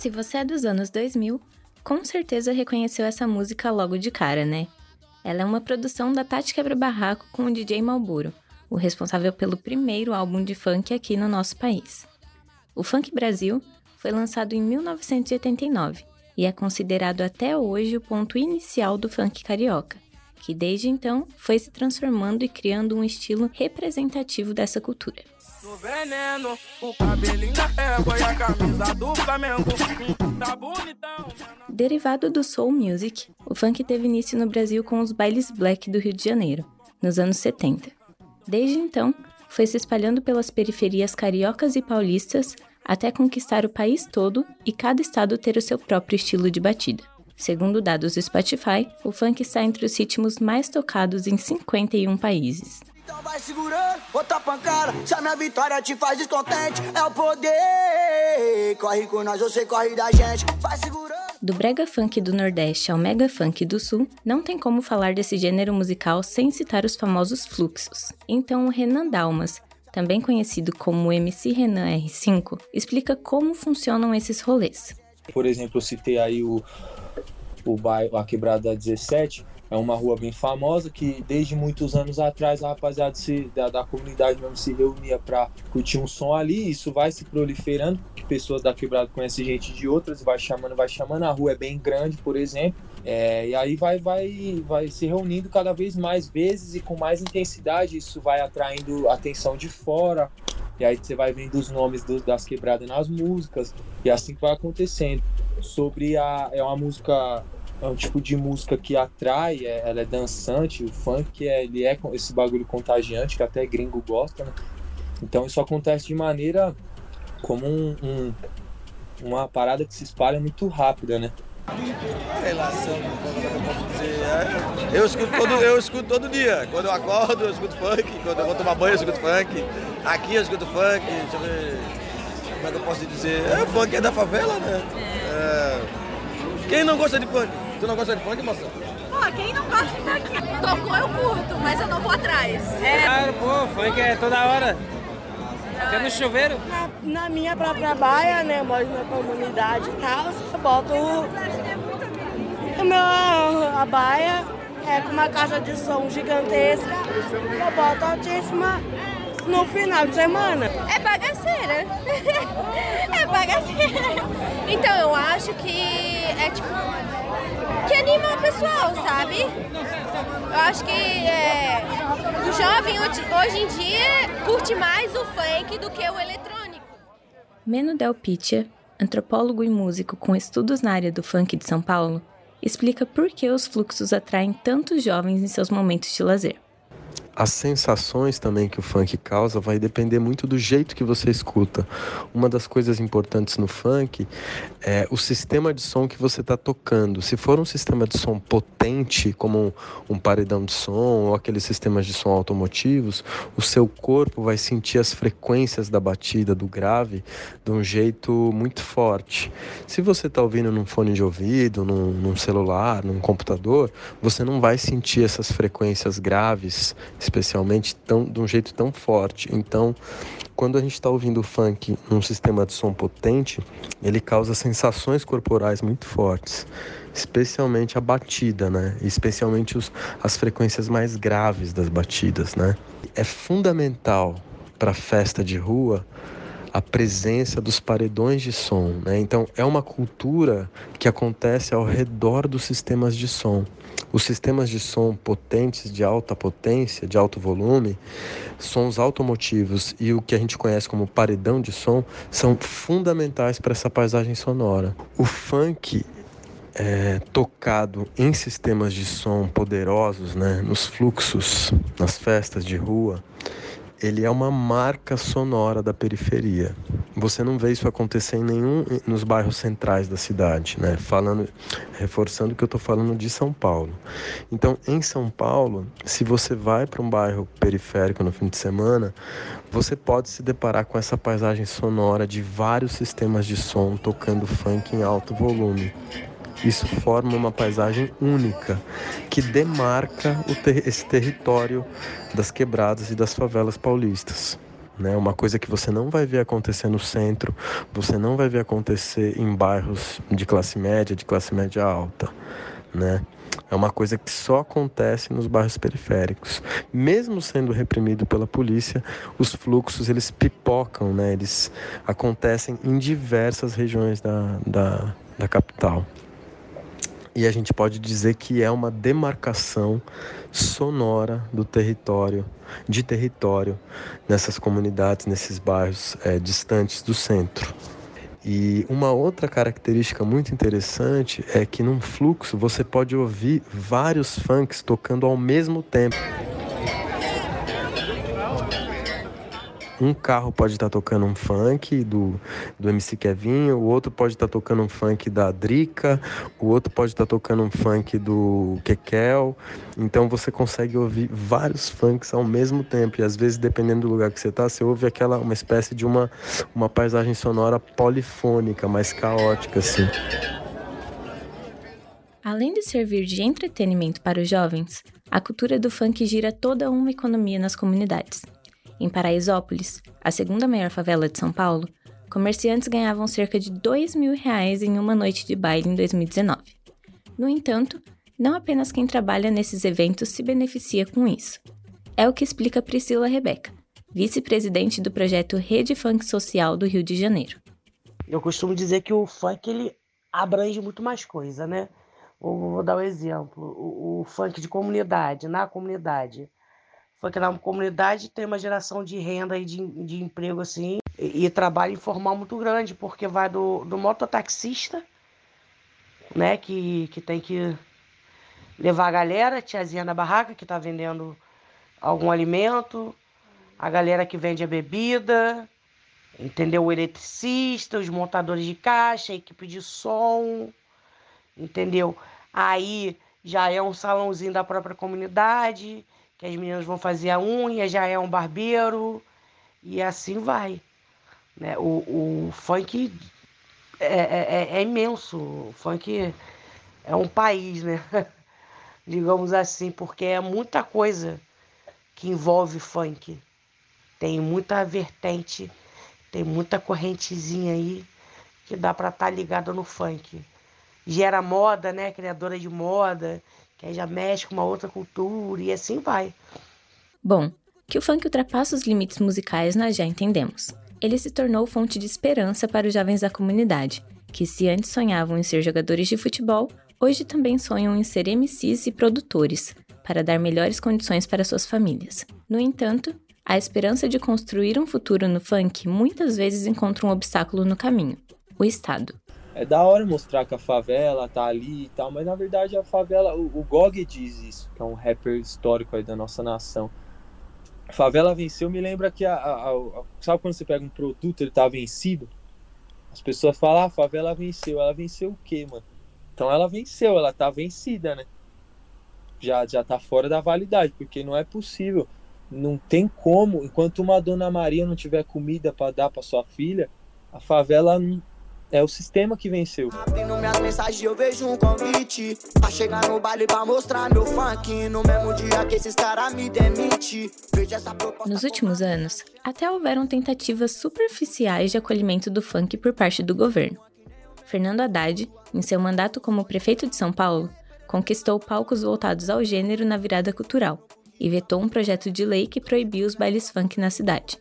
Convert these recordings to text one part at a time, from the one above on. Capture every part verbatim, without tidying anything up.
Se você é dos anos dois mil, com certeza reconheceu essa música logo de cara, né? Ela é uma produção da Tati Quebra-Barraco com o D J Malboro, o responsável pelo primeiro álbum de funk aqui no nosso país. O Funk Brasil foi lançado em mil novecentos e oitenta e nove e é considerado até hoje o ponto inicial do funk carioca, que desde então foi se transformando e criando um estilo representativo dessa cultura. No veneno, o cabelinho da égua e a camisa do Flamengo, tá bonitão. Derivado do soul music, o funk teve início no Brasil com os bailes black do Rio de Janeiro, nos anos setenta. Desde então, foi se espalhando pelas periferias cariocas e paulistas até conquistar o país todo e cada estado ter o seu próprio estilo de batida. Segundo dados do Spotify, o funk está entre os ritmos mais tocados em cinquenta e um países. Então vai segurando, outra pancada, se a minha vitória te faz descontente, é o poder. Corre com nós, você corre da gente, vai segurando. Do brega funk do Nordeste ao mega funk do Sul, não tem como falar desse gênero musical sem citar os famosos fluxos. Então o Renan Dalmas, também conhecido como o M C Renan R cinco, explica como funcionam esses rolês. Por exemplo, eu citei aí o, o bairro, a Quebrada dezessete, é uma rua bem famosa que desde muitos anos atrás a rapaziada se, da, da comunidade mesmo se reunia para curtir um som ali. Isso vai se proliferando, que pessoas da Quebrada conhecem gente de outras, vai chamando, vai chamando. A rua é bem grande, por exemplo, é, e aí vai, vai, vai se reunindo cada vez mais vezes e com mais intensidade. Isso vai atraindo atenção de fora, e aí você vai vendo os nomes do, das quebradas nas músicas, e assim que vai acontecendo. Sobre a... é uma música... É um tipo de música que atrai, é, ela é dançante, o funk é, ele é esse bagulho contagiante que até gringo gosta, né? Então isso acontece de maneira como um, um, uma parada que se espalha muito rápida, né? A relação, eu posso dizer, é, eu, escuto todo, eu escuto todo dia. Quando eu acordo, eu escuto funk. Quando eu vou tomar banho, eu escuto funk. Aqui eu escuto funk. Deixa eu ver, como é que eu posso dizer? É, o funk é da favela, né? É, quem não gosta de funk? Tu não gosta de funk, moça? Pô, quem não gosta de funk? Tocou, eu curto, mas eu não vou atrás. É... Claro, pô, funk é toda hora. Até no chuveiro. Na, na minha própria baia, né, eu moro na comunidade e tal, eu boto o, o meu, a baia, é com uma caixa de som gigantesca, eu boto altíssima no final de semana. É bagaceira. É bagaceira. Então, eu acho que é tipo... que anima o pessoal, sabe? Eu acho que é, o jovem hoje em dia curte mais o funk do que o eletrônico. Meno Del Pitia, antropólogo e músico com estudos na área do funk de São Paulo, explica por que os fluxos atraem tantos jovens em seus momentos de lazer. As sensações também que o funk causa vai depender muito do jeito que você escuta. Uma das coisas importantes no funk é o sistema de som que você está tocando. Se for um sistema de som potente, como um, um paredão de som ou aqueles sistemas de som automotivos, o seu corpo vai sentir as frequências da batida, do grave, de um jeito muito forte. Se você está ouvindo num fone de ouvido, num, num celular, num computador, você não vai sentir essas frequências graves, especialmente tão, de um jeito tão forte. Então, quando a gente está ouvindo o funk num sistema de som potente, ele causa sensações corporais muito fortes, especialmente a batida, né? Especialmente os, as frequências mais graves das batidas, né? É fundamental para a festa de rua a presença dos paredões de som, né? Então, é uma cultura que acontece ao redor dos sistemas de som. Os sistemas de som potentes, de alta potência, de alto volume, sons automotivos e o que a gente conhece como paredão de som, são fundamentais para essa paisagem sonora. O funk é tocado em sistemas de som poderosos, né, nos fluxos, nas festas de rua, ele é uma marca sonora da periferia. Você não vê isso acontecer em nenhum nos bairros centrais da cidade, né? Falando, reforçando que eu estou falando de São Paulo. Então, em São Paulo, se você vai para um bairro periférico no fim de semana, você pode se deparar com essa paisagem sonora de vários sistemas de som tocando funk em alto volume. Isso forma uma paisagem única, que demarca o ter- esse território das quebradas e das favelas paulistas, né? Uma coisa que você não vai ver acontecer no centro, você não vai ver acontecer em bairros de classe média, de classe média alta, né? É uma coisa que só acontece nos bairros periféricos. Mesmo sendo reprimido pela polícia, os fluxos eles pipocam, né? Eles acontecem em diversas regiões da, da, da capital. E a gente pode dizer que é uma demarcação sonora do território, de território, nessas comunidades, nesses bairros é, distantes do centro. E uma outra característica muito interessante é que num fluxo você pode ouvir vários funks tocando ao mesmo tempo. Um carro pode estar tocando um funk do, do M C Kevinho, o outro pode estar tocando um funk da Drica, o outro pode estar tocando um funk do Kekel. Então você consegue ouvir vários funks ao mesmo tempo. E às vezes, dependendo do lugar que você está, você ouve aquela, uma espécie de uma, uma paisagem sonora polifônica, mais caótica, assim. Além de servir de entretenimento para os jovens, a cultura do funk gira toda uma economia nas comunidades. Em Paraisópolis, a segunda maior favela de São Paulo, comerciantes ganhavam cerca de dois mil reais em uma noite de baile em dois mil e dezenove. No entanto, não apenas quem trabalha nesses eventos se beneficia com isso. É o que explica Priscila Rebeca, vice-presidente do projeto Rede Funk Social do Rio de Janeiro. Eu costumo dizer que o funk ele abrange muito mais coisa, né? Vou, vou dar um exemplo. O, o funk de comunidade, na comunidade. Funk na comunidade tem uma geração de renda e de, de emprego assim, e, e trabalho informal muito grande, porque vai do, do mototaxista, né, que, que tem que levar a galera, a tiazinha da barraca que está vendendo algum alimento, a galera que vende a bebida, entendeu? O eletricista, os montadores de caixa, a equipe de som, entendeu? Aí já é um salãozinho da própria comunidade, que as meninas vão fazer a unha, já é um barbeiro, e assim vai. Né? O, o funk é, é, é imenso, o funk é um país, né? Digamos assim, porque é muita coisa que envolve funk. Tem muita vertente, tem muita correntezinha aí que dá para estar ligada no funk. Gera moda, né? Criadora de moda, que aí já mexe com uma outra cultura e assim vai. Bom, que o funk ultrapassa os limites musicais nós já entendemos. Ele se tornou fonte de esperança para os jovens da comunidade, que se antes sonhavam em ser jogadores de futebol, hoje também sonham em ser M Cs e produtores, para dar melhores condições para suas famílias. No entanto, a esperança de construir um futuro no funk muitas vezes encontra um obstáculo no caminho: o Estado. É da hora mostrar que a favela tá ali e tal, mas na verdade a favela, o, o Gog diz isso, que é um rapper histórico aí da nossa nação. A favela venceu, me lembra que a, a, a, sabe quando você pega um produto, ele tá vencido? As pessoas falam, ah, a favela venceu. Ela venceu o quê, mano? Então ela venceu, ela tá vencida, né? Já, já tá fora da validade, porque não é possível. Não tem como, enquanto uma Dona Maria não tiver comida para dar para sua filha, a favela não... É o sistema que venceu. Abrindo minhas mensagens eu vejo um convite pra chegar no baile pra mostrar meu funk. No mesmo dia que esses caras me demitem. Nos últimos anos, até houveram tentativas superficiais de acolhimento do funk por parte do governo. Fernando Haddad, em seu mandato como prefeito de São Paulo, conquistou palcos voltados ao gênero na virada cultural e vetou um projeto de lei que proibiu os bailes funk na cidade.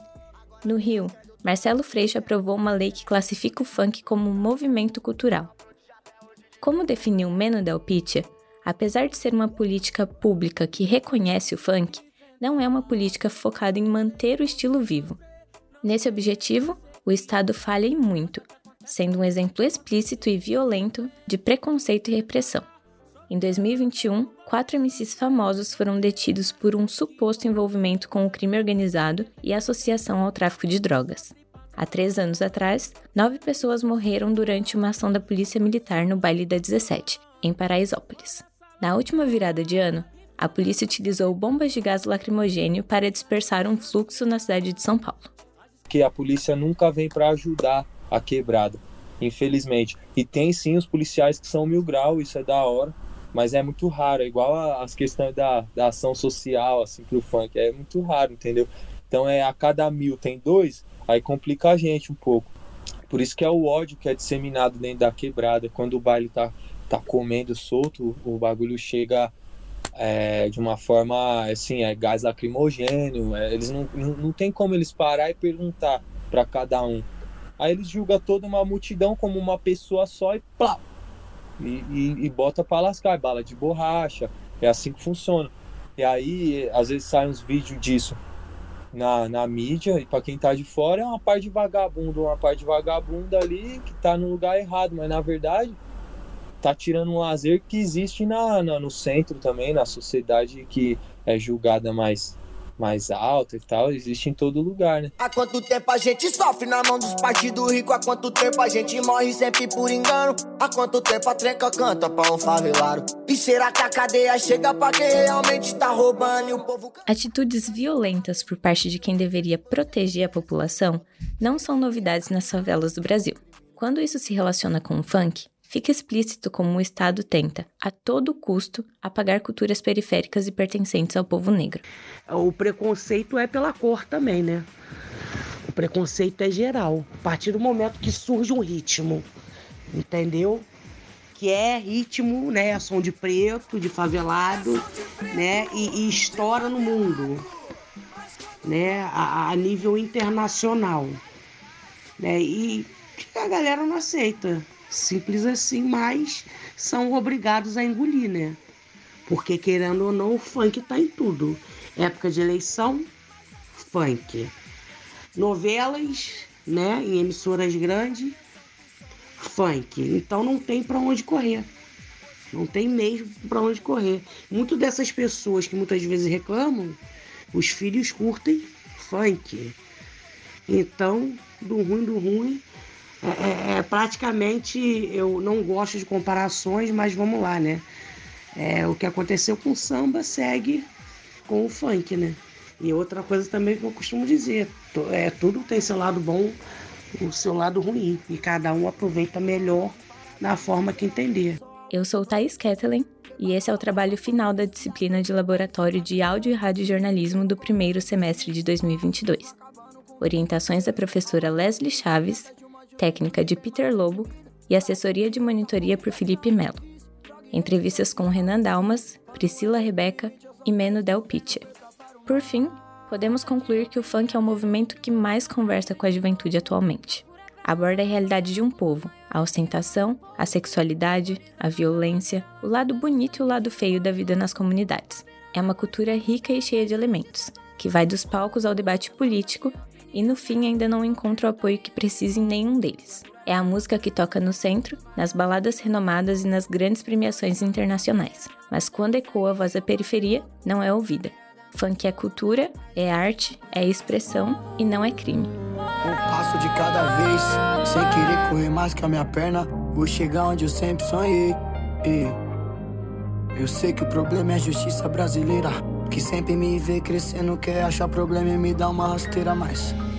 No Rio, Marcelo Freixo aprovou uma lei que classifica o funk como um movimento cultural. Como definiu Meno Del Pitia, apesar de ser uma política pública que reconhece o funk, não é uma política focada em manter o estilo vivo. Nesse objetivo, o Estado falha em muito, sendo um exemplo explícito e violento de preconceito e repressão. Em dois mil e vinte e um, quatro M Cs famosos foram detidos por um suposto envolvimento com o crime organizado e associação ao tráfico de drogas. Há três anos atrás, nove pessoas morreram durante uma ação da Polícia Militar no Baile da dezessete, em Paraisópolis. Na última virada de ano, a polícia utilizou bombas de gás lacrimogênio para dispersar um fluxo na cidade de São Paulo. Que a polícia nunca vem para ajudar a quebrada, infelizmente. E tem sim os policiais que são mil grau, isso é da hora. Mas é muito raro, é igual as questões da, da ação social, assim, pro funk, é muito raro, entendeu? Então é a cada mil tem dois, aí complica a gente um pouco. Por isso que é o ódio que é disseminado dentro da quebrada. Quando o baile tá, tá comendo solto, o bagulho chega é, de uma forma, assim, é gás lacrimogêneo. É, eles não, não, não tem como eles parar e perguntar para cada um. Aí eles julgam toda uma multidão como uma pessoa só e plá! E, e, e bota pra lascar, bala de borracha. É assim que funciona. E aí, às vezes saem uns vídeos disso na, na mídia, e pra quem tá de fora é uma parte de vagabundo, uma parte de vagabunda ali que tá no lugar errado, mas na verdade tá tirando um lazer que existe na, na, no centro também, na sociedade que é julgada mais, mais alta e tal, existe em todo lugar, né? Há quanto tempo a gente sofre na mão dos partidos ricos? Há quanto tempo a gente morre sempre por engano? Há quanto tempo a trenca canta pra um favelado? E será que a cadeia chega pra quem realmente tá roubando e o povo... Atitudes violentas por parte de quem deveria proteger a população não são novidades nas favelas do Brasil. Quando isso se relaciona com o funk, fica explícito como o Estado tenta, a todo custo, apagar culturas periféricas e pertencentes ao povo negro. O preconceito é pela cor também, né? O preconceito é geral. A partir do momento que surge um ritmo, entendeu? Que é ritmo, né? Som de preto, de favelado, né? E, e estoura no mundo, né? A, a nível internacional, né? E a galera não aceita. Simples assim, mas são obrigados a engolir, né? Porque, querendo ou não, o funk tá em tudo. Época de eleição, funk. Novelas, né? Em emissoras grandes, funk. Então não tem pra onde correr. Não tem mesmo pra onde correr. Muitas dessas pessoas que muitas vezes reclamam, os filhos curtem funk. Então, do ruim, do ruim... É, é, praticamente, eu não gosto de comparações, mas vamos lá, né? É, o que aconteceu com o samba segue com o funk, né? E outra coisa também que eu costumo dizer, é, tudo tem seu lado bom e o seu lado ruim. E cada um aproveita melhor na forma que entender. Eu sou Thaís Kettelen e esse é o trabalho final da disciplina de Laboratório de Áudio e Radiojornalismo do primeiro semestre de dois mil e vinte e dois. Orientações da professora Leslie Chaves, técnica de Peter Lobo e assessoria de monitoria por Felipe Melo. Entrevistas com Renan Dalmas, Priscila Rebeca e Meno Del Piche. Por fim, podemos concluir que o funk é o movimento que mais conversa com a juventude atualmente. Aborda a realidade de um povo, a ostentação, a sexualidade, a violência, o lado bonito e o lado feio da vida nas comunidades. É uma cultura rica e cheia de elementos, que vai dos palcos ao debate político e no fim ainda não encontra o apoio que precisa em nenhum deles. É a música que toca no centro, nas baladas renomadas e nas grandes premiações internacionais. Mas quando ecoa a voz da periferia, não é ouvida. Funk é cultura, é arte, é expressão e não é crime. Um passo de cada vez, sem querer correr mais que a minha perna, vou chegar onde eu sempre sonhei. E eu sei que o problema é a justiça brasileira, que sempre me vê crescendo, quer achar problema e me dá uma rasteira a mais.